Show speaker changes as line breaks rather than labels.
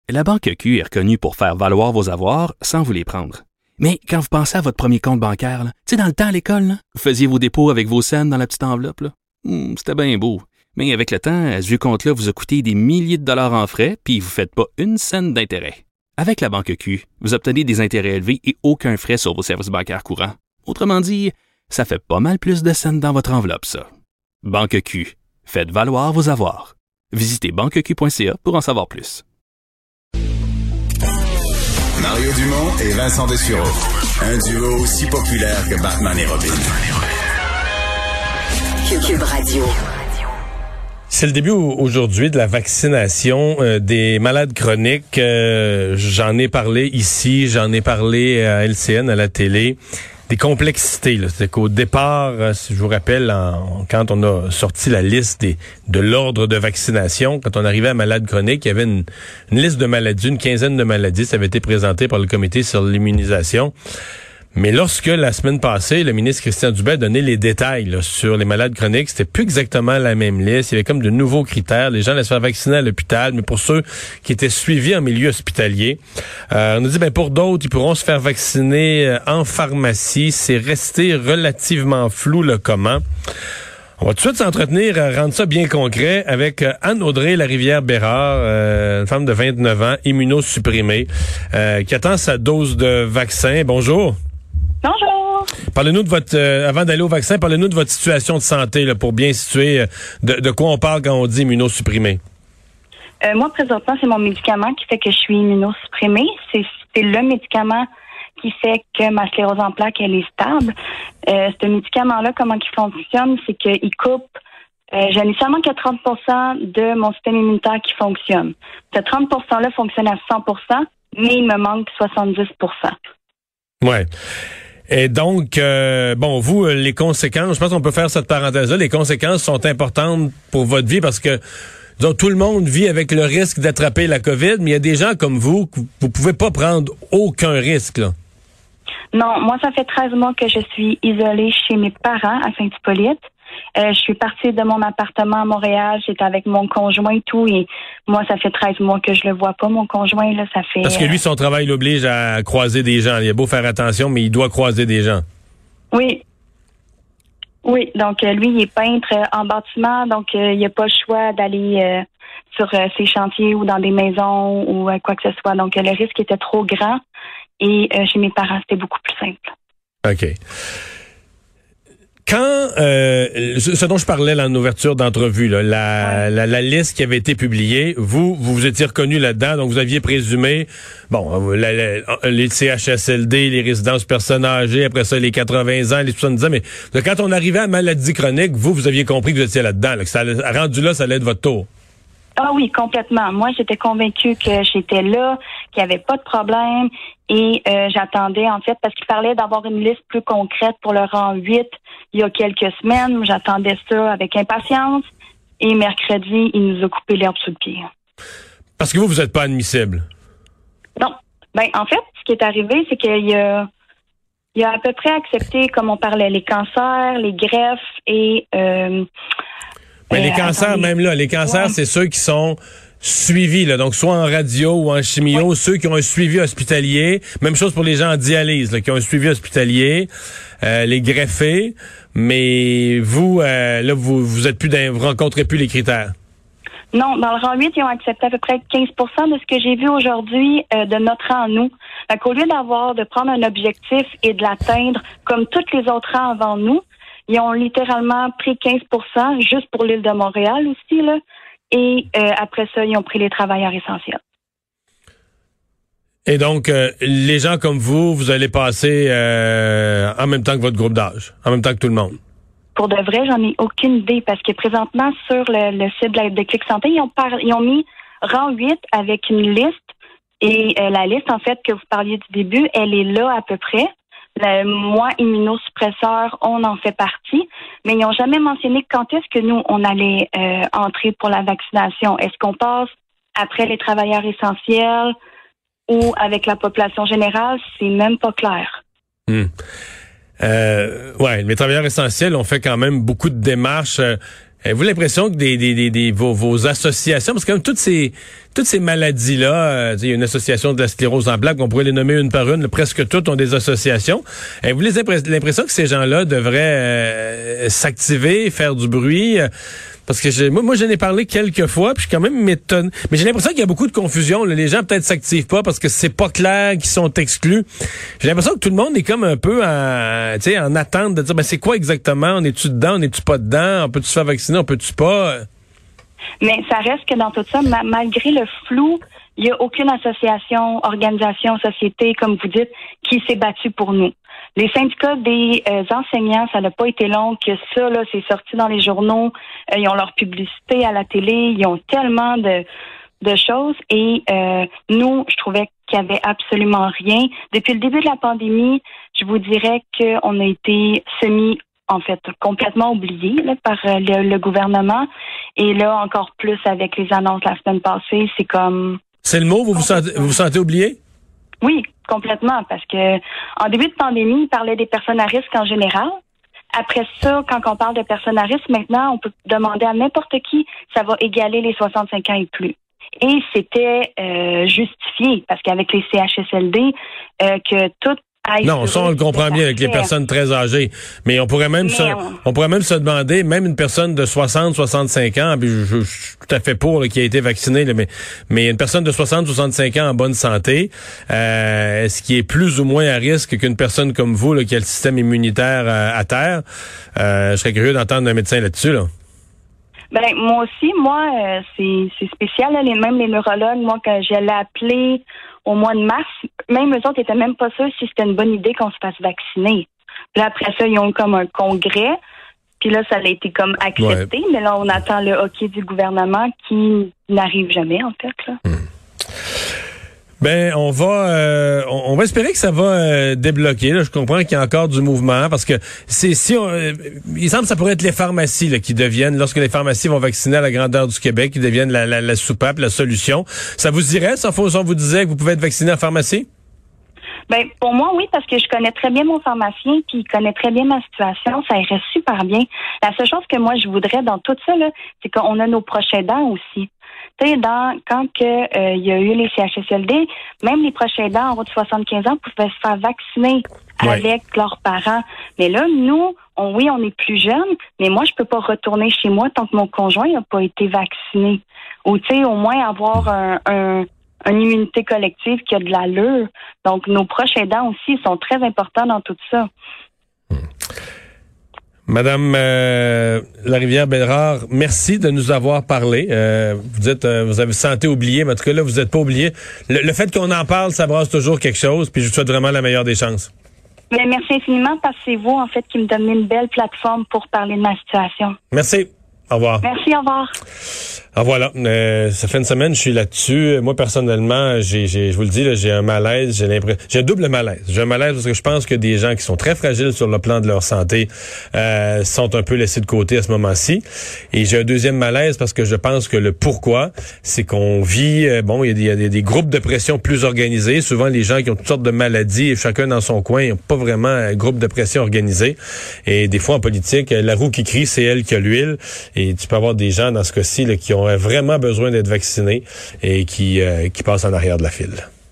La Banque Q est reconnue pour faire valoir vos avoirs sans vous les prendre. Mais quand vous pensez à votre premier compte bancaire, tu sais, dans le temps à l'école, là, vous faisiez vos dépôts avec vos scènes dans la petite enveloppe. Là. C'était bien beau. Mais avec le temps, ce vieux compte-là vous a coûté des milliers de dollars en frais, puis vous ne faites pas une scène d'intérêt. Avec la Banque Q, vous obtenez des intérêts élevés et aucun frais sur vos services bancaires courants. Autrement dit, ça fait pas mal plus de scènes dans votre enveloppe, ça. Banque Q. Faites valoir vos avoirs. Visitez banqueq.ca pour en savoir plus.
Mario Dumont et Vincent Dessureau. Un duo aussi populaire que Batman et Robin.
Cube Radio.
C'est le début aujourd'hui de la vaccination des malades chroniques. J'en ai parlé ici, j'en ai parlé à LCN, à la télé. Des complexités, là. C'est qu'au départ, si je vous rappelle, quand on a sorti la liste de l'ordre de vaccination, quand on arrivait à malades chroniques, il y avait une liste de maladies, une quinzaine de maladies. Ça avait été présenté par le comité sur l'immunisation. Mais lorsque, la semaine passée, le ministre Christian Dubé a donné les détails là, sur les malades chroniques, c'était plus exactement la même liste. Il y avait comme de nouveaux critères. Les gens allaient se faire vacciner à l'hôpital, mais pour ceux qui étaient suivis en milieu hospitalier, on a dit, pour d'autres, ils pourront se faire vacciner en pharmacie. C'est resté relativement flou, le comment. On va tout de suite s'entretenir, rendre ça bien concret avec Anne-Audrey Larivière-Bérard, une femme de 29 ans, immunosupprimée, qui attend sa dose de vaccin. Bonjour.
Bonjour.
Parlez-nous de votre, avant d'aller au vaccin, parlez-nous de votre situation de santé, là, pour bien situer de quoi on parle quand on dit immunosupprimé.
Moi, présentement, c'est mon médicament qui fait que je suis immunosupprimée. C'est le médicament qui fait que ma sclérose en plaques, elle est stable. Ce médicament-là, comment il fonctionne, c'est qu'il coupe, j'en ai seulement que 30% de mon système immunitaire qui fonctionne. Ce 30%-là fonctionne à 100%, mais il me manque 70%. Ouais.
Et donc, vous, les conséquences, je pense qu'on peut faire cette parenthèse-là, les conséquences sont importantes pour votre vie parce que donc, tout le monde vit avec le risque d'attraper la COVID, mais il y a des gens comme vous pouvez pas prendre aucun risque, là.
Non, moi, ça fait 13 mois que je suis isolée chez mes parents à Saint-Hippolyte. Je suis partie de mon appartement à Montréal, j'étais avec mon conjoint et tout, et moi, ça fait 13 mois que je le vois pas, mon conjoint, là, ça fait...
Parce que lui, son travail l'oblige à croiser des gens. Il a beau faire attention, mais il doit croiser des gens.
Oui. Oui, donc lui, il est peintre en bâtiment, donc il n'a pas le choix d'aller sur ses chantiers ou dans des maisons ou quoi que ce soit. Donc le risque était trop grand et chez mes parents, c'était beaucoup plus simple.
OK. Quand ce dont je parlais là, en ouverture d'entrevue, là, la liste qui avait été publiée, vous étiez reconnu là-dedans, donc vous aviez présumé, les CHSLD, les résidences personnes âgées, après ça les 80 ans, les 70 ans, mais quand on arrivait à maladie chronique, vous aviez compris que vous étiez là-dedans, là, que ça rendu là, ça allait être votre tour.
Ah oui, complètement. Moi, j'étais convaincue que j'étais là, qu'il n'y avait pas de problème et j'attendais, en fait, parce qu'il parlait d'avoir une liste plus concrète pour le rang 8 il y a quelques semaines. J'attendais ça avec impatience et mercredi, il nous a coupé l'herbe sous le pied.
Parce que vous n'êtes pas admissible?
Non. En fait, ce qui est arrivé, c'est qu'il y a à peu près accepté, comme on parlait, les cancers, les greffes et...
Mais les cancers, même là, les cancers, c'est ceux qui sont suivis, là, donc soit en radio ou en chimio, ceux qui ont un suivi hospitalier. Même chose pour les gens en dialyse, là, qui ont un suivi hospitalier, les greffés. Mais vous, là, vous êtes plus vous rencontrez plus les critères.
Non, dans le rang 8, ils ont accepté à peu près 15% de ce que j'ai vu aujourd'hui de notre rang, nous. Donc, au lieu de prendre un objectif et de l'atteindre comme tous les autres rangs avant nous, ils ont littéralement pris 15% juste pour l'île de Montréal aussi, là. Et après ça, ils ont pris les travailleurs essentiels.
Et donc, les gens comme vous allez passer en même temps que votre groupe d'âge, en même temps que tout le monde?
Pour de vrai, j'en ai aucune idée parce que présentement, sur le site de Clic Santé, ils ont mis rang 8 avec une liste. Et la liste, en fait, que vous parliez du début, elle est là à peu près. Moi, immunosuppresseur, on en fait partie, mais ils n'ont jamais mentionné quand est-ce que nous, on allait entrer pour la vaccination. Est-ce qu'on passe après les travailleurs essentiels ou avec la population générale? C'est même pas clair.
Les travailleurs essentiels ont fait quand même beaucoup de démarches. Avez-vous l'impression que vos associations, parce que comme toutes ces maladies-là, il y a une association de la sclérose en plaques, on pourrait les nommer une par une, là, presque toutes ont des associations. Avez-vous l'impression que ces gens-là devraient s'activer, faire du bruit? Parce que moi, j'en ai parlé quelques fois, puis je suis quand même m'étonne. Mais j'ai l'impression qu'il y a beaucoup de confusion. Là. Les gens peut-être s'activent pas parce que c'est pas clair qu'ils sont exclus. J'ai l'impression que tout le monde est comme un peu en attente de dire, c'est quoi exactement? On est-tu dedans? On est-tu pas dedans? On peut-tu se faire vacciner? On peut-tu pas?
Mais ça reste que dans tout ça, malgré le flou, il n'y a aucune association, organisation, société, comme vous dites, qui s'est battue pour nous. Les syndicats des enseignants, ça n'a pas été long que ça, là, c'est sorti dans les journaux. Ils ont leur publicité à la télé. Ils ont tellement de choses. Et nous, je trouvais qu'il n'y avait absolument rien. Depuis le début de la pandémie, je vous dirais qu'on a été complètement oubliés là, par le gouvernement. Et là, encore plus avec les annonces la semaine passée, c'est comme...
C'est le mot, vous vous sentez oublié?
Oui, complètement, parce que en début de pandémie, ils parlaient des personnes à risque en général. Après ça, quand on parle de personnes à risque, maintenant, on peut demander à n'importe qui, ça va égaler les 65 ans et plus. Et c'était justifié, parce qu'avec les CHSLD, que tout
non, ça on le comprend bien avec les personnes très âgées, mais on pourrait même se demander, même une personne de 60-65 ans, puis je suis tout à fait pour qui a été vaccinée, là, mais une personne de 60-65 ans en bonne santé, est-ce qu'il est plus ou moins à risque qu'une personne comme vous là, qui a le système immunitaire à terre? Je serais curieux d'entendre un médecin là-dessus. Là.
Ben moi aussi, c'est spécial. Là, même les neurologues, moi quand je l'ai appelé au mois de mars, même eux autres étaient même pas sûrs si c'était une bonne idée qu'on se fasse vacciner. Puis là, après ça, ils ont eu comme un congrès. Puis là, ça a été comme accepté. Ouais. Mais là, on attend le hockey du gouvernement qui n'arrive jamais, en fait. Là.
Ben, on va espérer que ça va débloquer. Là. Je comprends qu'il y a encore du mouvement parce que il semble que ça pourrait être les pharmacies là, qui deviennent, lorsque les pharmacies vont vacciner à la grandeur du Québec, qui deviennent la soupape, la solution. Ça vous irait, ça, si on vous disait que vous pouvez être vacciné en pharmacie?
Ben, pour moi, oui, parce que je connais très bien mon pharmacien, puis il connaît très bien ma situation. Ça irait super bien. La seule chose que moi, je voudrais dans tout ça, là, c'est qu'on a nos proches aidants aussi. Tu sais, quand il y a eu les CHSLD, même les proches aidants en haut de 75 ans pouvaient se faire vacciner avec leurs parents. Mais là, nous, on est plus jeunes, mais moi, je peux pas retourner chez moi tant que mon conjoint n'a pas été vacciné. Ou, tu sais, au moins avoir une immunité collective qui a de l'allure. Donc, nos proches aidants aussi sont très importants dans tout ça.
Madame Larivière-Belrard, merci de nous avoir parlé. Vous dites, vous avez senti oublié, mais en tout cas, là, vous n'êtes pas oublié. Le fait qu'on en parle, ça brasse toujours quelque chose, puis je vous souhaite vraiment la meilleure des chances.
Mais merci infiniment, parce que c'est vous, en fait, qui me donnez une belle plateforme pour parler de ma situation.
Merci. Au revoir.
Merci, au revoir.
Ah voilà, ça fait une semaine je suis là-dessus. Moi personnellement, je vous le dis, là, j'ai un malaise, j'ai un double malaise. J'ai un malaise parce que je pense que des gens qui sont très fragiles sur le plan de leur santé sont un peu laissés de côté à ce moment-ci. Et j'ai un deuxième malaise parce que je pense que le pourquoi, c'est qu'on vit, il y a des groupes de pression plus organisés. Souvent les gens qui ont toutes sortes de maladies, et chacun dans son coin, ils n'ont pas vraiment un groupe de pression organisé. Et des fois en politique, la roue qui crie, c'est elle qui a l'huile. Et tu peux avoir des gens dans ce cas-ci là, qui ont vraiment besoin d'être vaccinés et qui passent en arrière de la file.